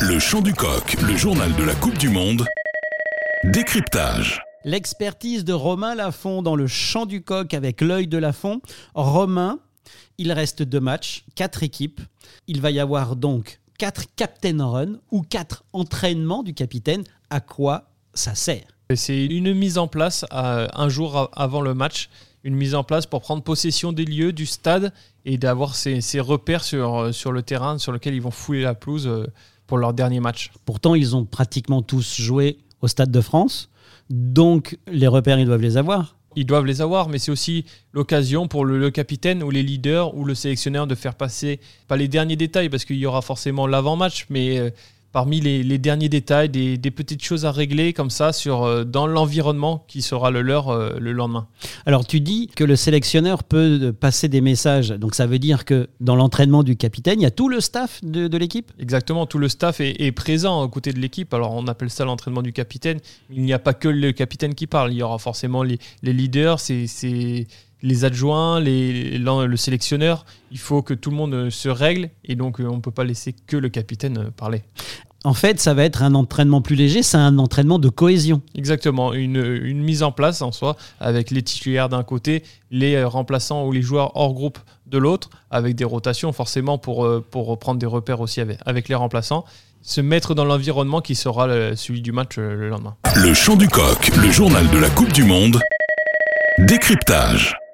Le Chant du Coq, le journal de la Coupe du Monde. Décryptage. L'expertise de Romain Lafont dans le Chant du Coq avec l'œil de Lafont. Romain, il reste 2 matchs, 4 équipes. Il va y avoir donc 4 captain run ou 4 entraînements du capitaine. À quoi ça sert ? C'est une mise en place un jour avant le match, une mise en place pour prendre possession des lieux, du stade et d'avoir ces repères sur le terrain sur lequel ils vont fouler la pelouse pour leur dernier match. Pourtant, ils ont pratiquement tous joué au Stade de France, donc les repères, ils doivent les avoir. Ils doivent les avoir, mais c'est aussi l'occasion pour le capitaine ou les leaders ou le sélectionneur de faire passer, pas les derniers détails, parce qu'il y aura forcément l'avant-match, mais parmi les derniers détails, des petites choses à régler comme ça dans l'environnement qui sera le leur le lendemain. Alors tu dis que le sélectionneur peut passer des messages, donc ça veut dire que dans l'entraînement du capitaine, il y a tout le staff de l'équipe ? Exactement, tout le staff est présent aux côtés de l'équipe. Alors on appelle ça l'entraînement du capitaine. Il n'y a pas que le capitaine qui parle, il y aura forcément les leaders, c'est les adjoints, le sélectionneur. Il faut que tout le monde se règle et donc on ne peut pas laisser que le capitaine parler. En fait, ça va être un entraînement plus léger, c'est un entraînement de cohésion. Exactement, une mise en place en soi, avec les titulaires d'un côté, les remplaçants ou les joueurs hors groupe de l'autre, avec des rotations forcément pour reprendre des repères aussi avec les remplaçants, se mettre dans l'environnement qui sera celui du match le lendemain. Le Chant du Coq, le journal de la Coupe du Monde. Décryptage.